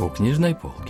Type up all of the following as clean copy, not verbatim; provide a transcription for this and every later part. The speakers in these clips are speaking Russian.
У книжной полки.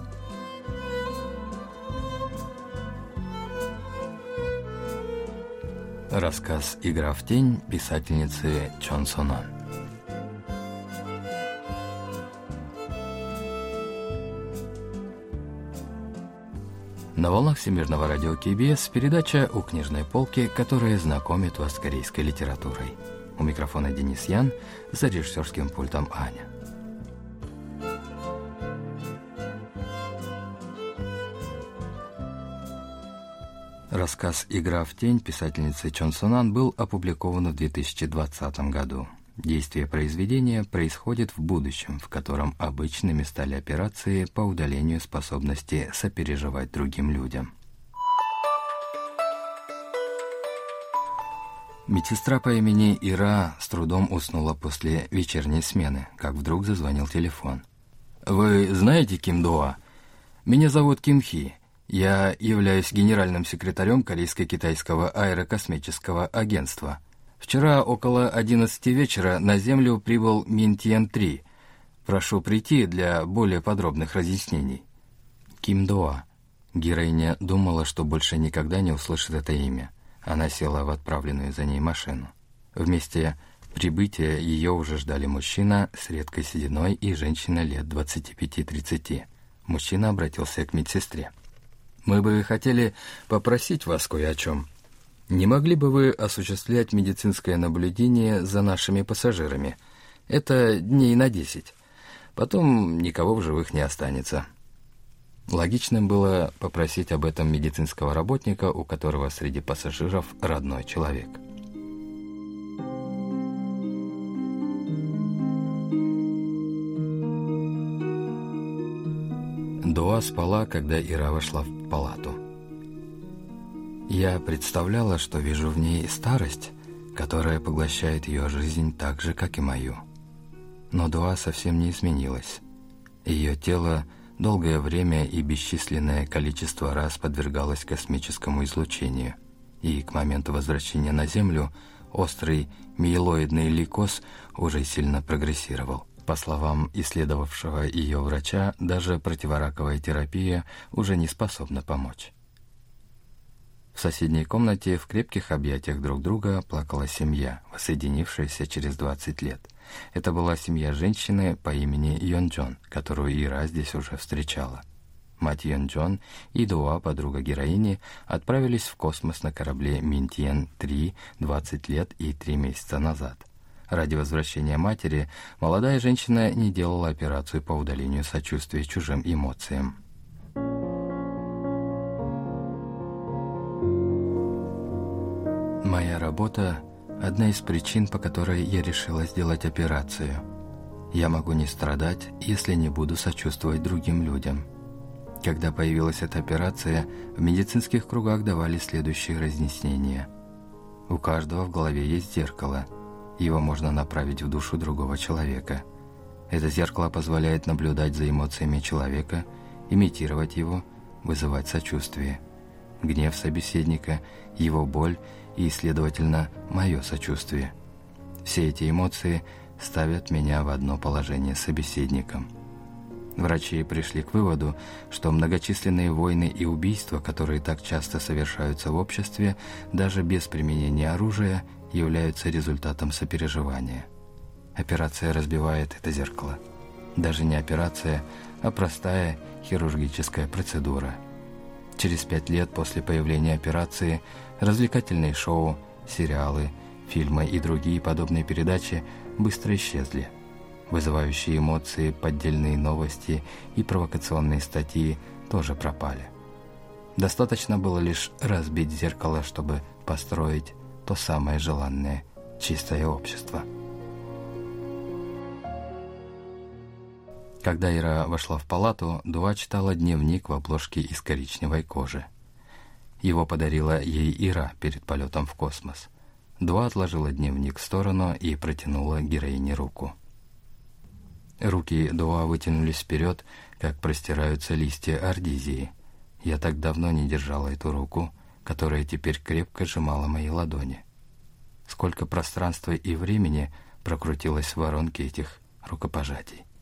Рассказ «Игра в тень» писательницы Чон Сонан. На волнах Всемирного радио КБС передача «У книжной полки», которая знакомит вас с корейской литературой. У микрофона Денис Ян, за режиссерским пультом Аня. Рассказ «Игра в тень» писательницы Чон Сонан был опубликован в 2020 году. Действие произведения происходит в будущем, в котором обычными стали операции по удалению способности сопереживать другим людям. Медсестра по имени Ира с трудом уснула после вечерней смены, как вдруг зазвонил телефон. «Вы знаете Ким Доа? Меня зовут Ким Хи. Я являюсь генеральным секретарем Корейско-Китайского аэрокосмического агентства. Вчера около 11 вечера на Землю прибыл Минтьен-3. Прошу прийти для более подробных разъяснений». Ким Доа. Героиня думала, что больше никогда не услышит это имя. Она села в отправленную за ней машину. В месте прибытия ее уже ждали мужчина с редкой сединой и женщина лет 25-30. Мужчина обратился к медсестре. «Мы бы хотели попросить вас кое о чем. Не могли бы вы осуществлять медицинское наблюдение за нашими пассажирами? Это дней на 10. Потом никого в живых не останется». Логичным было попросить об этом медицинского работника, у которого среди пассажиров родной человек. Доа спала, когда Ира вошла в палату. Я представляла, что вижу в ней старость, которая поглощает ее жизнь так же, как и мою. Но Доа совсем не изменилась. Ее тело долгое время и бесчисленное количество раз подвергалось космическому излучению, и к моменту возвращения на Землю острый миелоидный лейкоз уже сильно прогрессировал. По словам исследовавшего ее врача, даже противораковая терапия уже не способна помочь. В соседней комнате в крепких объятиях друг друга плакала семья, воссоединившаяся через 20 лет. Это была семья женщины по имени Йон-Джон, которую Ира здесь уже встречала. Мать Йон-Джон и Доа, подруга героини, отправились в космос на корабле Минтьен-3 20 лет и 3 месяца назад. Ради возвращения матери молодая женщина не делала операцию по удалению сочувствия чужим эмоциям. Моя работа – одна из причин, по которой я решила сделать операцию. Я могу не страдать, если не буду сочувствовать другим людям. Когда появилась эта операция, в медицинских кругах давали следующие разъяснения. У каждого в голове есть зеркало. Его можно направить в душу другого человека. Это зеркало позволяет наблюдать за эмоциями человека, имитировать его, вызывать сочувствие. Гнев собеседника, его боль и, следовательно, мое сочувствие. Все эти эмоции ставят меня в одно положение с собеседником. Врачи пришли к выводу, что многочисленные войны и убийства, которые так часто совершаются в обществе, даже без применения оружия, являются результатом сопереживания. Операция разбивает это зеркало. Даже не операция, а простая хирургическая процедура. Через 5 лет после появления операции развлекательные шоу, сериалы, фильмы и другие подобные передачи быстро исчезли. Вызывающие эмоции, поддельные новости и провокационные статьи тоже пропали. Достаточно было лишь разбить зеркало, чтобы построить то самое желанное чистое общество. Когда Ира вошла в палату, Доа читала дневник в обложке из коричневой кожи. Его подарила ей Ира перед полетом в космос. Доа отложила дневник в сторону и протянула героине руку. Руки Доа вытянулись вперед, как простираются листья ордизии. Я так давно не держала эту руку, которая теперь крепко сжимала мои ладони. Сколько пространства и времени прокрутилось в воронке этих рукопожатий.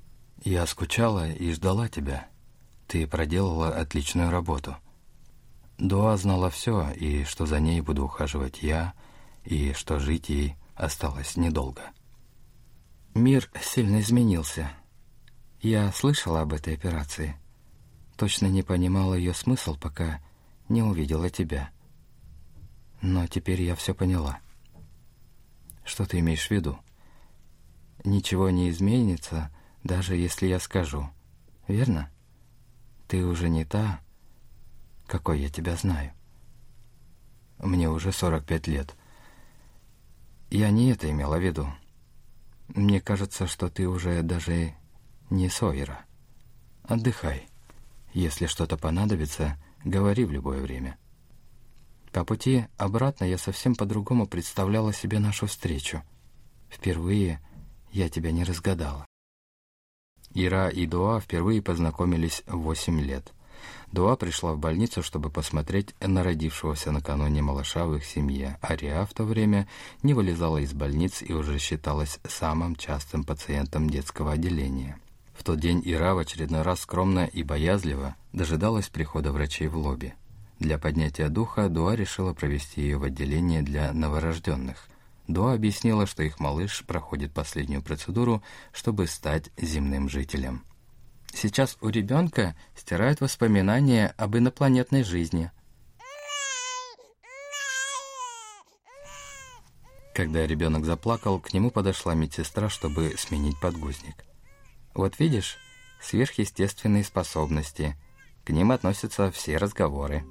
Я скучала и ждала тебя. Ты проделала отличную работу. Дуа знала все, и что за ней буду ухаживать я, и что жить ей осталось недолго. Мир сильно изменился. Я слышала об этой операции. Точно не понимала ее смысл, пока не увидела тебя. Но теперь я все поняла. Что ты имеешь в виду? Ничего не изменится, даже если я скажу. Верно? Ты уже не та, какой я тебя знаю. Мне уже 45 лет. Я не это имела в виду. Мне кажется, что ты уже даже не Сойера. Отдыхай. Если что-то понадобится, говори в любое время. По пути обратно я совсем по-другому представляла себе нашу встречу. Впервые я тебя не разгадала. Ира и Дуа впервые познакомились в 8 лет. Дуа пришла в больницу, чтобы посмотреть на родившегося накануне малыша в их семье, а Риа в то время не вылезала из больниц и уже считалась самым частым пациентом детского отделения. В тот день Ира в очередной раз скромно и боязливо дожидалась прихода врачей в лобби. Для поднятия духа Дуа решила провести ее в отделение для новорожденных. Дуа объяснила, что их малыш проходит последнюю процедуру, чтобы стать земным жителем. Сейчас у ребенка стирают воспоминания об инопланетной жизни. Когда ребенок заплакал, к нему подошла медсестра, чтобы сменить подгузник. Вот видишь, сверхъестественные способности. К ним относятся все разговоры.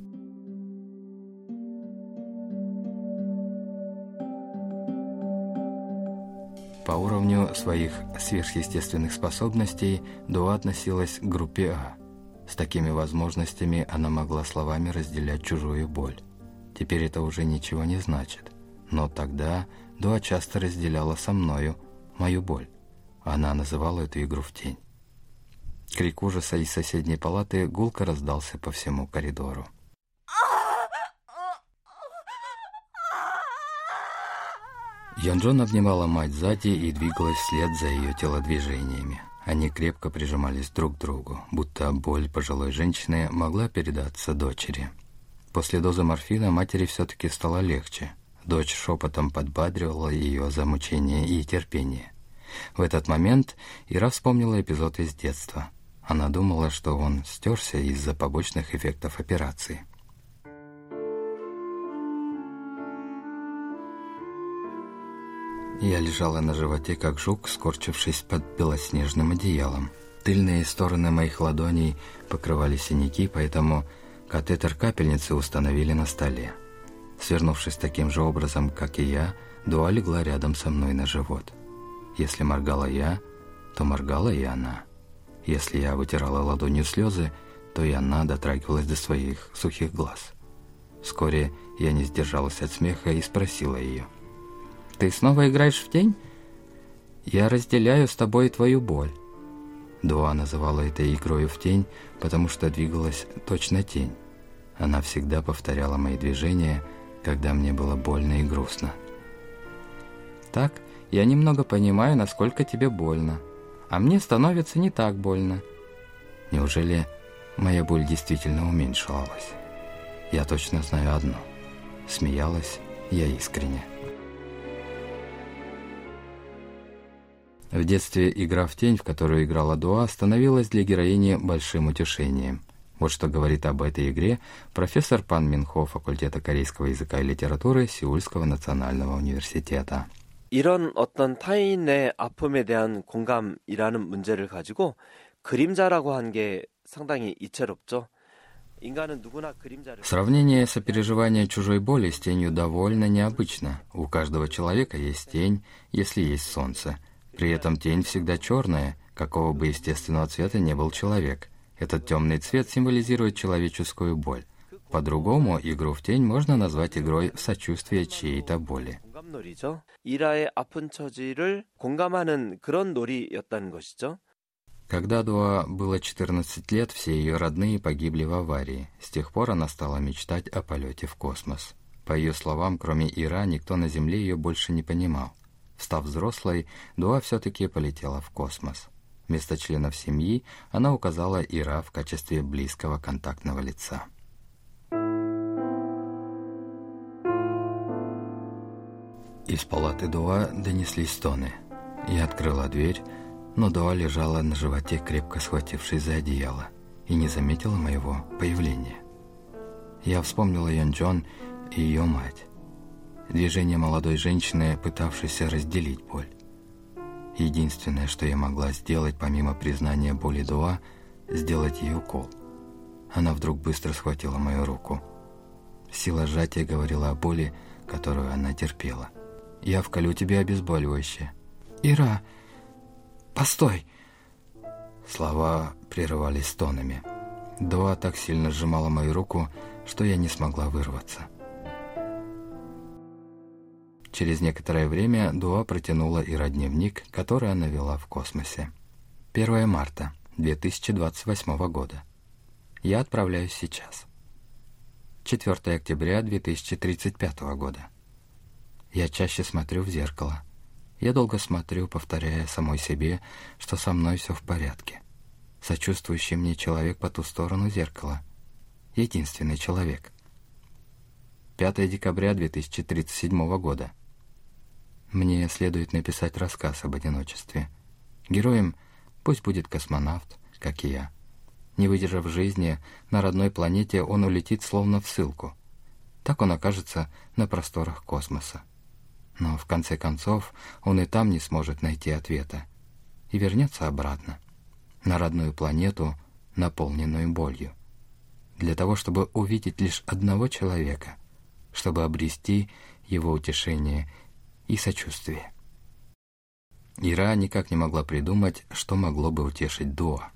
По уровню своих сверхъестественных способностей Дуа относилась к группе А. С такими возможностями она могла словами разделять чужую боль. Теперь это уже ничего не значит. Но тогда Дуа часто разделяла со мною мою боль. Она называла эту игру в тень. Крик ужаса из соседней палаты гулко раздался по всему коридору. Янджон обнимала мать сзади и двигалась вслед за ее телодвижениями. Они крепко прижимались друг к другу, будто боль пожилой женщины могла передаться дочери. После дозы морфина матери все-таки стало легче. Дочь шепотом подбадривала ее за мучение и терпение. В этот момент Ира вспомнила эпизод из детства. Она думала, что он стерся из-за побочных эффектов операции. Я лежала на животе, как жук, скорчившись под белоснежным одеялом. Тыльные стороны моих ладоней покрывали синяки, поэтому катетер капельницы установили на столе. Свернувшись таким же образом, как и я, Дуа легла рядом со мной на живот. Если моргала я, то моргала и она. Если я вытирала ладонью слезы, то и она дотрагивалась до своих сухих глаз. Вскоре я не сдержалась от смеха и спросила ее: «Ты снова играешь в тень? Я разделяю с тобой твою боль». Дуа называла это игрой в тень, потому что двигалась точно тень. Она всегда повторяла мои движения, когда мне было больно и грустно. «Так, я немного понимаю, насколько тебе больно, а мне становится не так больно». Неужели моя боль действительно уменьшалась? Я точно знаю одно. Смеялась я искренне. В детстве игра в тень, в которую играла Дуа, становилась для героини большим утешением. Вот что говорит об этой игре профессор Пан Мин Хо факультета корейского языка и литературы Сеульского национального университета. 이런 어떤 타인의 아픔에 대한 공감이라는 문제를 가지고 그림자라고 한 게 상당히 이채롭죠. 인간은 누구나 그림자를... Сравнение сопереживания чужой боли с тенью довольно необычно. У каждого человека есть тень, если есть солнце. При этом тень всегда черная, какого бы естественного цвета не был человек. Этот темный цвет символизирует человеческую боль. По-другому, игру в тень можно назвать игрой в сочувствие чьей-то боли. 공감놀이죠. 이라의 아픈 처지를 공감하는 그런 놀이였다는 것이죠. Когда Дуа было 14 лет, все ее родные погибли в аварии. С тех пор она стала мечтать о полете в космос. По ее словам, кроме Ира, никто на Земле ее больше не понимал. Став взрослой, Дуа все-таки полетела в космос. Вместо членов семьи она указала Ира в качестве близкого контактного лица. Из палаты Дуа донеслись стоны. Я открыла дверь, но Дуа лежала на животе, крепко схватившись за одеяло, и не заметила моего появления. Я вспомнила Йонджон и ее мать. Движение молодой женщины, пытавшейся разделить боль. Единственное, что я могла сделать, помимо признания боли Дуа, сделать ей укол. Она вдруг быстро схватила мою руку. Сила сжатия говорила о боли, которую она терпела. «Я вколю тебе обезболивающее». «Ира, постой!» Слова прерывались стонами. Дуа так сильно сжимала мою руку, что я не смогла вырваться. Через некоторое время Дуа протянула Ира дневник, который она вела в космосе. 1 марта 2028 года. Я отправляюсь сейчас. 4 октября 2035 года. Я чаще смотрю в зеркало. Я долго смотрю, повторяя самой себе, что со мной все в порядке. Сочувствующий мне человек по ту сторону зеркала. Единственный человек. 5 декабря 2037 года. Мне следует написать рассказ об одиночестве. Героем пусть будет космонавт, как и я. Не выдержав жизни, на родной планете он улетит словно в ссылку. Так он окажется на просторах космоса. Но в конце концов он и там не сможет найти ответа и вернется обратно, на родную планету, наполненную болью. Для того, чтобы увидеть лишь одного человека, чтобы обрести его утешение и сочувствие. Ира никак не могла придумать, что могло бы утешить Дуа.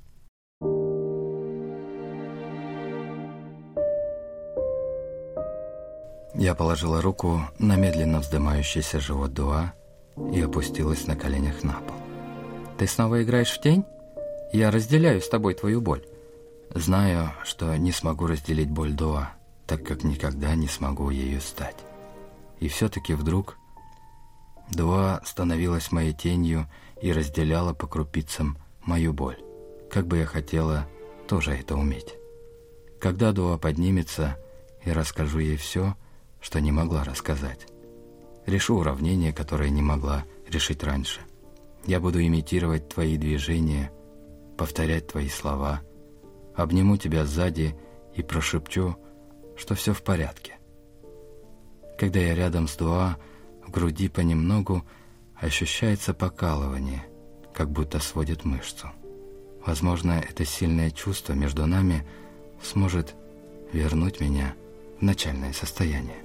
Я положила руку на медленно вздымающийся живот Дуа и опустилась на коленях на пол. «Ты снова играешь в тень? Я разделяю с тобой твою боль. Знаю, что не смогу разделить боль Дуа, так как никогда не смогу ею стать. И все-таки вдруг Дуа становилась моей тенью и разделяла по крупицам мою боль. Как бы я хотела тоже это уметь. Когда Дуа поднимется, я расскажу ей все, что не могла рассказать. Решу уравнение, которое не могла решить раньше. Я буду имитировать твои движения, повторять твои слова, обниму тебя сзади и прошепчу, что все в порядке. Когда я рядом с Дуа, в груди понемногу ощущается покалывание, как будто сводит мышцу. Возможно, это сильное чувство между нами сможет вернуть меня в начальное состояние.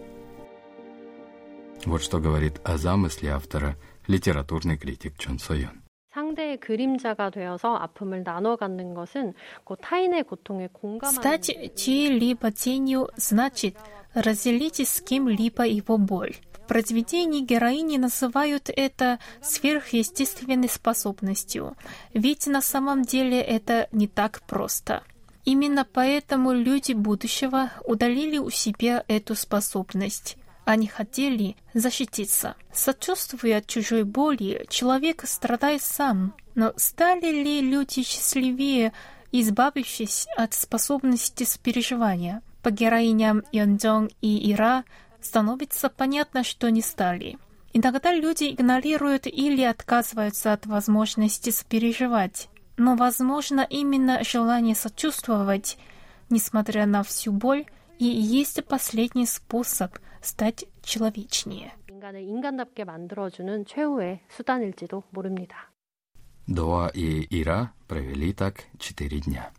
Вот что говорит о замысле автора литературный критик Чон Со-ён. 상대의 그림자가 되어서 아픔을 나눠 갖는 것은 곧 타인의 고통에 공감하는 Стать чьей-либо тенью значит разделить с кем-либо его боль. В произведении героини называют это сверхъестественной способностью, ведь на самом деле это не так просто. Именно поэтому люди будущего удалили у себя эту способность. Они хотели защититься. Сочувствуя чужой боли, человек страдает сам. Но стали ли люди счастливее, избавившись от способности сопереживания? По героиням Йонджон и Ира становится понятно, что не стали. Иногда люди игнорируют или отказываются от возможности сопереживать. Но, возможно, именно желание сочувствовать, несмотря на всю боль, и есть последний способ стать человечнее. 인간을 인간답게 만들어주는 최후의 수단일지도 모릅니다. Дуа и Ира провели так 4 дня.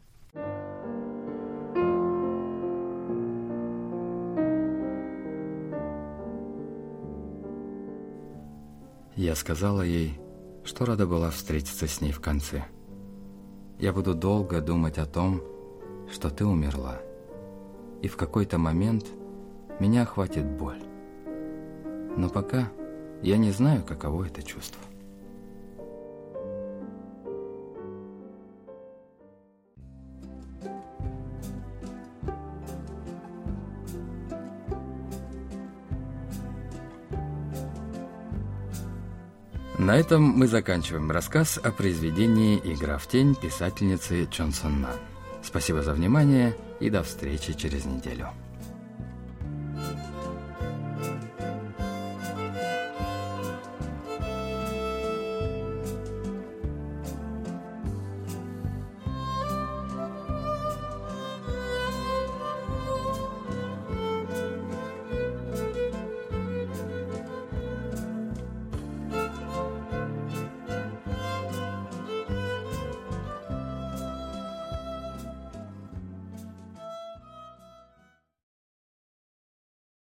Я сказала ей, что рада была встретиться с ней в конце. Я буду долго думать о том, что ты умерла. И в какой-то момент меня охватит боль. Но пока я не знаю, каково это чувство. На этом мы заканчиваем рассказ о произведении «Игра в тень» писательницы Чон Сон Нан. Спасибо за внимание и до встречи через неделю.